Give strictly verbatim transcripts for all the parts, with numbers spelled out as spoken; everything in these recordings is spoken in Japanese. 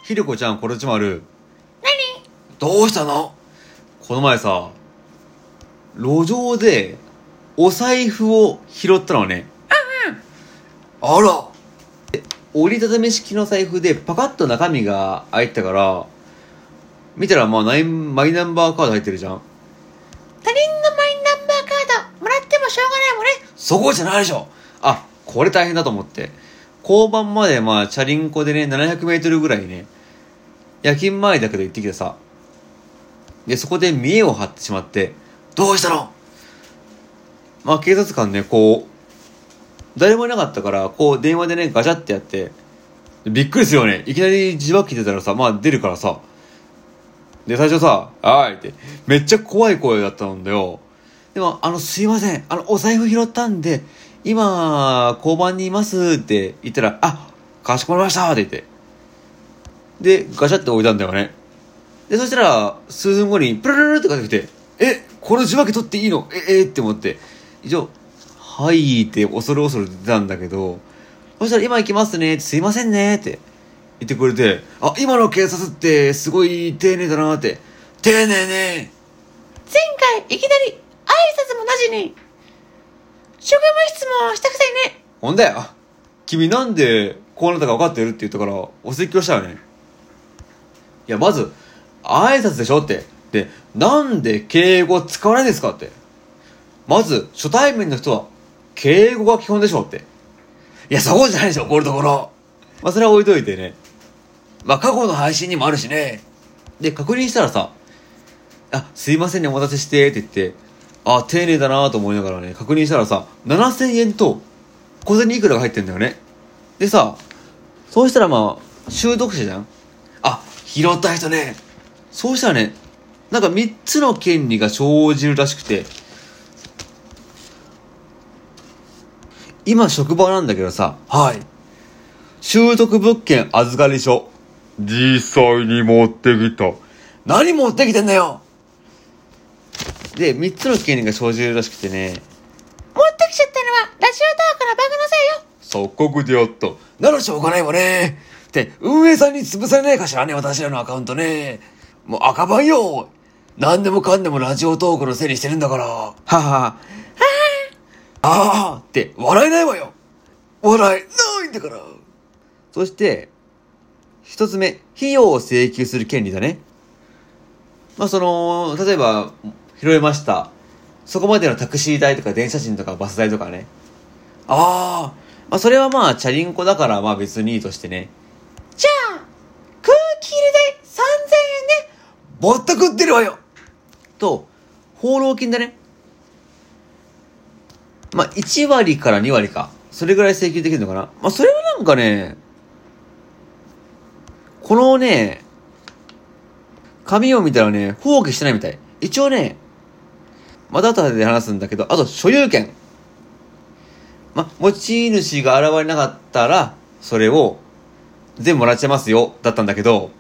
ひろこちゃん、ころちまる。 何？ どうしたの？この前さ、路上でお財布を拾ったのね。 うんうん。 あら。折りたたみ式の財布でパカッと中身が開いてたから、見たらまあナインマイナンバーカード入ってるじゃん。 他人のマイナンバーカードもらってもしょうがないもんね。 そこじゃないでしょ。あ、これ大変だと思って。交番までまあチャリンコでね、ななひゃくメートルぐらいね、夜勤前だけど行ってきてさ。で、そこで見栄を張ってしまって、どうしたの？まあ警察官ね、こう、誰もいなかったから、こう電話でね、ガチャってやって、びっくりするよね。いきなり受話器出たらさ、まあ出るからさ。で、最初さ、はーいって、めっちゃ怖い声だったんだよ。でも、あの、すいません。あの、お財布拾ったんで、今、交番にいますって言ったら、あ、かしこまりましたって言って。で、ガチャって置いたんだよね。で、そしたら、数分後に、プルルルルって返ってきて、え、この受話器取っていいの？え、えって思って。一応、はいって恐る恐る出たんだけど、そしたら今行きますねって、すいませんねって言ってくれて、あ、今の警察ってすごい丁寧だなって。丁寧ね。 前回いきなり挨拶もなしに職務質問したくさいね。 ほんだよ。君なんでこうなったか分かってるって言ったからお説教したよね。いや、まず挨拶でしょって。で、なんで敬語使わないんですかって。まず初対面の人は敬語が基本でしょって。いや、そこじゃないでしょ、これところ。まあ、それは置いといてね。まあ、過去の配信にもあるしね。で、確認したらさ、あ、すいませんね、お待たせしてって言って、あ、丁寧だなと思いながらね、確認したらさ、ななせんえんと小銭いくらが入ってんだよね。でさ、そうしたらまあ、習得者じゃん。あ、拾った人ね。そうしたらね、なんかみっつの権利が生じるらしくて、今職場なんだけどさ、はい。習得物件預かり書。実際に持ってきた。何持ってきてんだよ。で、みっつの権利が生じるらしくてね。 持ってきちゃったのはラジオトークのバグのせいよ。 錯覚であった。ならしょうがないわね。って、運営さんに潰されないかしらね、私らのアカウントね。もう赤番よ。何でもかんでもラジオトークのせいにしてるんだから。ははは。ああって笑えないわよ。笑えないんだから。そして一つ目、費用を請求する権利だね。まあその例えば拾いました。そこまでのタクシー代とか電車賃とかバス代とかね。ああ、まあそれはまあチャリンコだからまあ別にいいとしてね。 じゃあ空気入れ代さんぜんえんね。 ぼったくってるわよ。と放浪金だね。まあ、いちわりからにわりか。それぐらい請求できるのかな。まあ、それはなんかね、このね、紙を見たらね、放棄してないみたい。一応ね、また後で話すんだけど、あと所有権。まあ、持ち主が現れなかったら、それを全部もらっちゃいますよ、だったんだけど、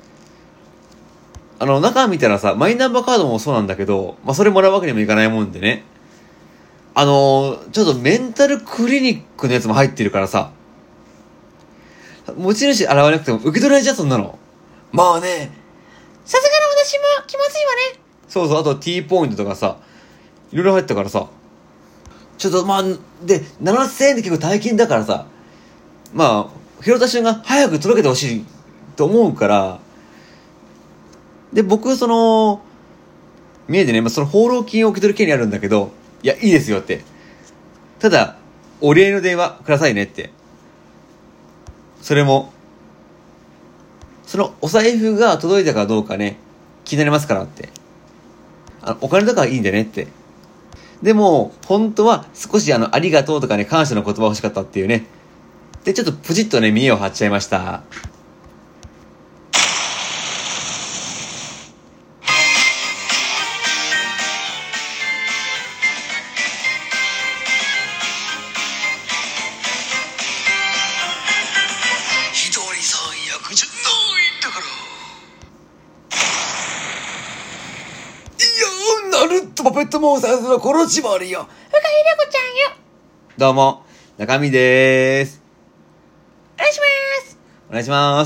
あの、中見たらさ、マイナンバーカードもそうなんだけど、まあ、それもらうわけにもいかないもんでね。あのー、ちょっとメンタルクリニックのやつも入ってるからさ、持ち主現れなくても受け取れないじゃん、そんなの。まあね。 さすがの私も気まずいわね。 そうそう、あと T ポイントとかさ、いろいろ入ったからさ、ちょっとまあ、で、ななせんえんって結構大金だからさ、まあ、拾った瞬間早く届けてほしいと思うから、で、僕、その、見えてね、まあ、その放浪金を受け取る権利あるんだけど、いや、いいですよって。ただ、お礼の電話くださいねって。それも、そのお財布が届いたかどうかね、気になりますからって。あの、お金とかはいいんでねって。でも、本当は少しあの、ありがとうとかね、感謝の言葉欲しかったっていうね。で、ちょっとプチッとね、見栄を張っちゃいました。ナルットパペットモンスターズのコロチマリよ。 深井りこちゃんよ。 どうも、中身でーす。 お願いします。 お願いします。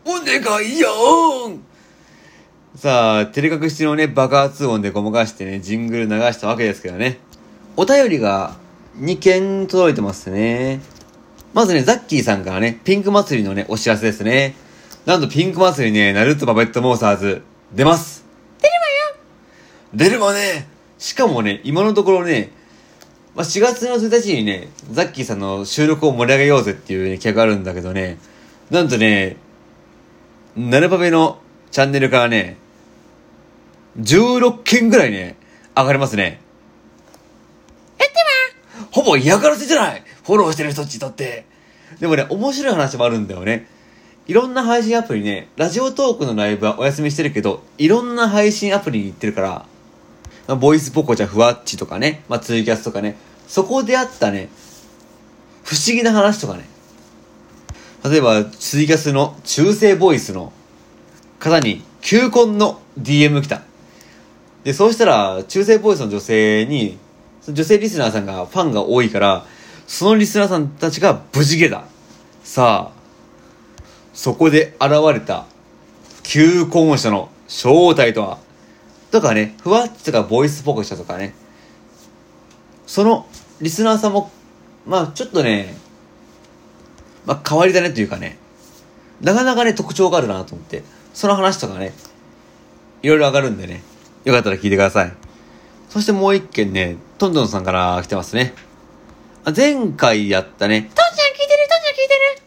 お願いよー。さあ、照れ隠しのね、爆発音でごまかしてね、ジングル流したわけですけどね。お便りがにけん届いてますね。まずね、ザッキーさんからね、ピンク祭りのね、お知らせですね。なんとピンク祭りね、ナルトパペットモンスターズ、出ます。 出るわよ。 出るわね。しかもね、今のところね、まあ、しがつのついたちにね、ザッキーさんの収録を盛り上げようぜっていう、ね、企画があるんだけどね、なんとね、ナルパペのチャンネルからね、じゅうろっけんぐらいね、上がりますね。 やってはほぼ嫌がらせじゃない、フォローしてる人っちにとって。でもね、面白い話もあるんだよね。いろんな配信アプリね、ラジオトークのライブはお休みしてるけど、いろんな配信アプリに行ってるから、まあ、ボイスポコちゃんふわっちとかね、まあ、ツイキャスとかね、そこであったね、不思議な話とかね、例えばツイキャスの中性ボイスの方に求婚の ディーエム 来た。で、そうしたら中性ボイスの女性に、女性リスナーさんがファンが多いから、そのリスナーさんたちが無事ゲだ。さあ、そこで現れた求婚者の正体とは、とかね、ふわっちとかボイスポコしたとかね、そのリスナーさんもまあちょっとね、まあ変わり種というかね、なかなかね特徴があるなと思って、その話とかね、いろいろ上がるんでね、よかったら聞いてください。そしてもう一件ね、トントンさんから来てますね。あ、前回やったね。 トンちゃん聞いてる、トンちゃん聞いてる。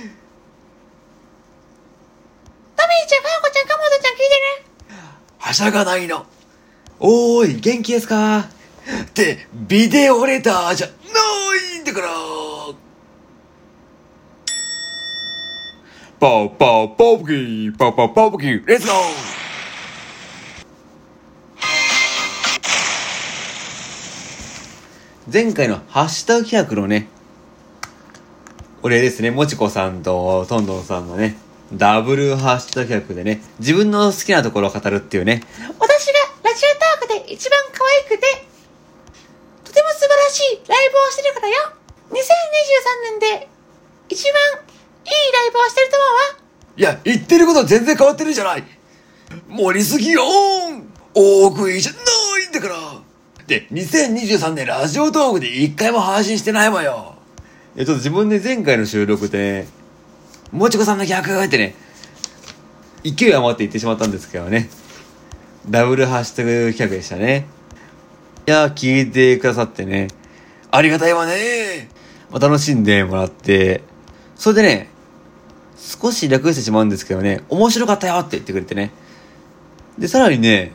トミーちゃん、ファーコちゃん、カモトちゃん聞いてる。 はしゃがないの。おーい、元気ですかって、ビデオレターじゃないんだから。パウパウパウプキー、パウパウパウプキー、レッツゴー。前回のハッシュタグ企画のね、お礼ですね、もちこさんとトントンさんのね、ダブルハッシュタグ企画でね、自分の好きなところを語るっていうね。 私がラジオトークで一番可愛くて、とても素晴らしいライブをしてるからよ。にせんにじゅうさんねんで一番いいライブをしてると思うわ。 いや、言ってること全然変わってるじゃない。盛りすぎよーん。大食いじゃないんだから。で、にせんにじゅうさんねんラジオトークで一回も配信してないわよ。いや、ちょっと自分で前回の収録で、もちこさんの逆ってね、勢い余って言ってしまったんですけどね。ダブルハッシュタグ企画でしたね。いや、聞いてくださってね、ありがたいわね。まあ、楽しんでもらって、それでね、少し略してしまうんですけどね、面白かったよって言ってくれてね。で、さらにね、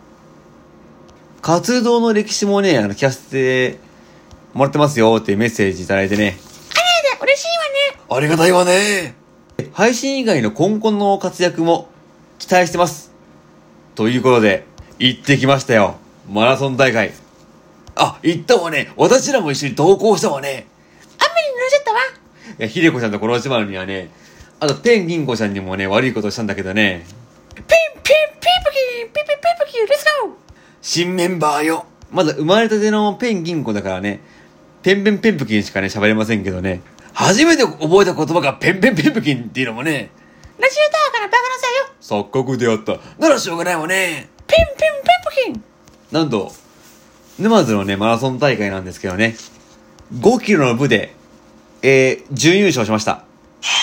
活動の歴史もね、あの、聞かせてもらってますよっていうメッセージいただいてね。 あらやだ、嬉しいわね。 ありがたいわね。配信以外の今後の活躍も期待してます。ということで、行ってきましたよ。マラソン大会。あ、行ったわね。私らも一緒に同行したわね。 雨に濡れちゃったわ。 いや、ひでこちゃんとこの島にはね、あとペンギンコちゃんにもね、悪いことしたんだけどね。 ピンピンピンプキー、ピンピンピンプキー、レッツゴー。 新メンバーよ。まだ生まれたてのペンギンコだからね、ペンペンペンプキンしかね、喋れませんけどね。初めて覚えた言葉がペンペンペンプキンっていうのもね、 ラジオタワーからバカなさいよ。 錯覚であった。ならしょうがないわね。 ピンピンピンプキン。 なんと、沼津のね、マラソン大会なんですけどね、ごキロの部で、えー、準優勝しました。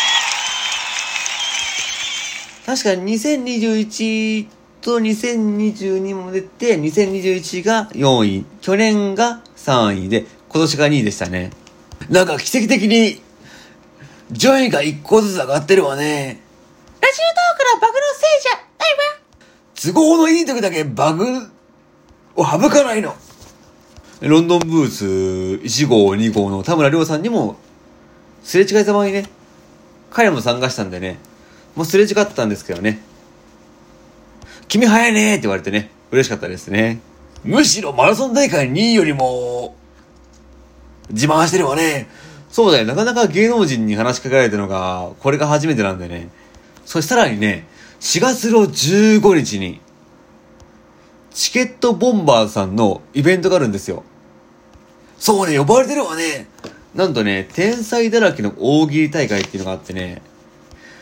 確かにせんにじゅういちとにせんにじゅうにも出て、にせんにじゅういちがよんい、去年がさんいで、今年がにいでしたね。なんか奇跡的に、順位がいっこずつ上がってるわね。 ラジオトークのバグのせいじゃないわ。 都合のいい時だけバグを省かないの。ロンドンブーツいち号に号の田村亮さんにも、すれ違いざまにね、彼も参加したんでね、もうすれ違ったんですけどね。君早いねーって言われてね、嬉しかったですね。むしろマラソン大会にいよりも、自慢してるわね。そうだよ、なかなか芸能人に話しかけられたのが、これが初めてなんでね。そしたらにね、しがつのじゅうごにちに、チケットボンバーズさんのイベントがあるんですよ。そうね、呼ばれてるわね。なんとね、天才だらけの大喜利大会っていうのがあってね、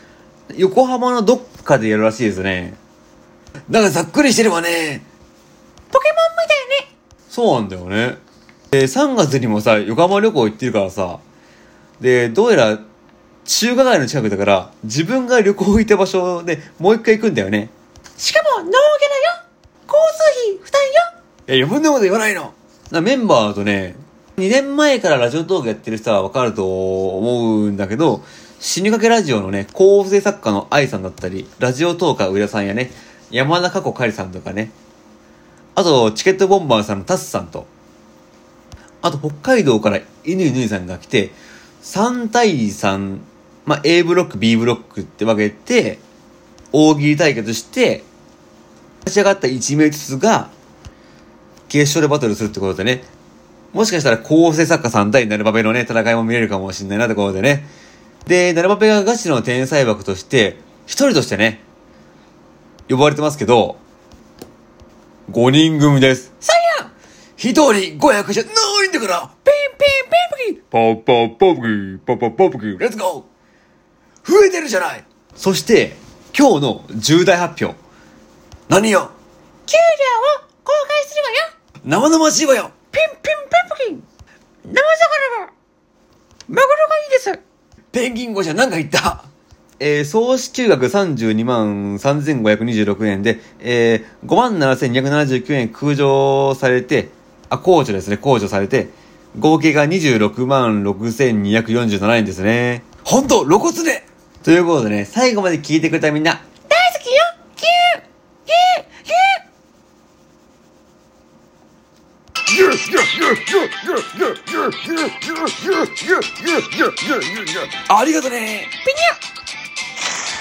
横浜のどっかでやるらしいですね。なんかざっくりしてればね。 ポケモンみたいね。 そうなんだよね。で、さんがつにもさ、横浜旅行行ってるからさ、で、どうやら、中華街の近くだから、自分が旅行行った場所でもう一回行くんだよね。 しかも、ノーギャラよ。交通費負担よ。 いや、余分なこと言わないの。メンバーとね、にねんまえからラジオトークやってる人はわかると思うんだけど、死にかけラジオのね、構成作家の愛さんだったり、ラジオトーカー上田さんやね、山田佳子かりさんとかね、あと、チケットボンバーさんのタスさんと、あと、北海道から犬犬井さんが来て、さん対さん、まあ、A ブロック、B ブロックって分けて、大喜利対決して、立ち上がったいち名ずつが、決勝でバトルするってことでね、もしかしたら構成作家さん対ナルバペのね、戦いも見れるかもしれないなってことでね。で、ナルバペがガチの天才枠として、一人としてね、呼ばれてますけど、ごにん組です。 そうや一人ごひゃくじゃないんだからピンピンピンピンポッポッポップキーポッポッポップキーレッツゴー増えてるじゃない。そして、今日の重大発表。何よ。 給料を公開するわよ。 生々しいわよ。 ピンピンピンピン生魚が、マグロがいいです。 ペンギン語じゃ何か言った。えー、総支給額さんじゅうにまんさんぜんごひゃくにじゅうろくえんで、えー、ごまんななせんにひゃくななじゅうきゅうえん空除されて、あ、控除ですね、控除されて、合計がにじゅうろくまんろくせんにひゃくよんじゅうななえんですね。ほんと、露骨でということでね、最後まで聞いてくれたみんな、 大好きよ。キューキューキューありがとね。 ピニャ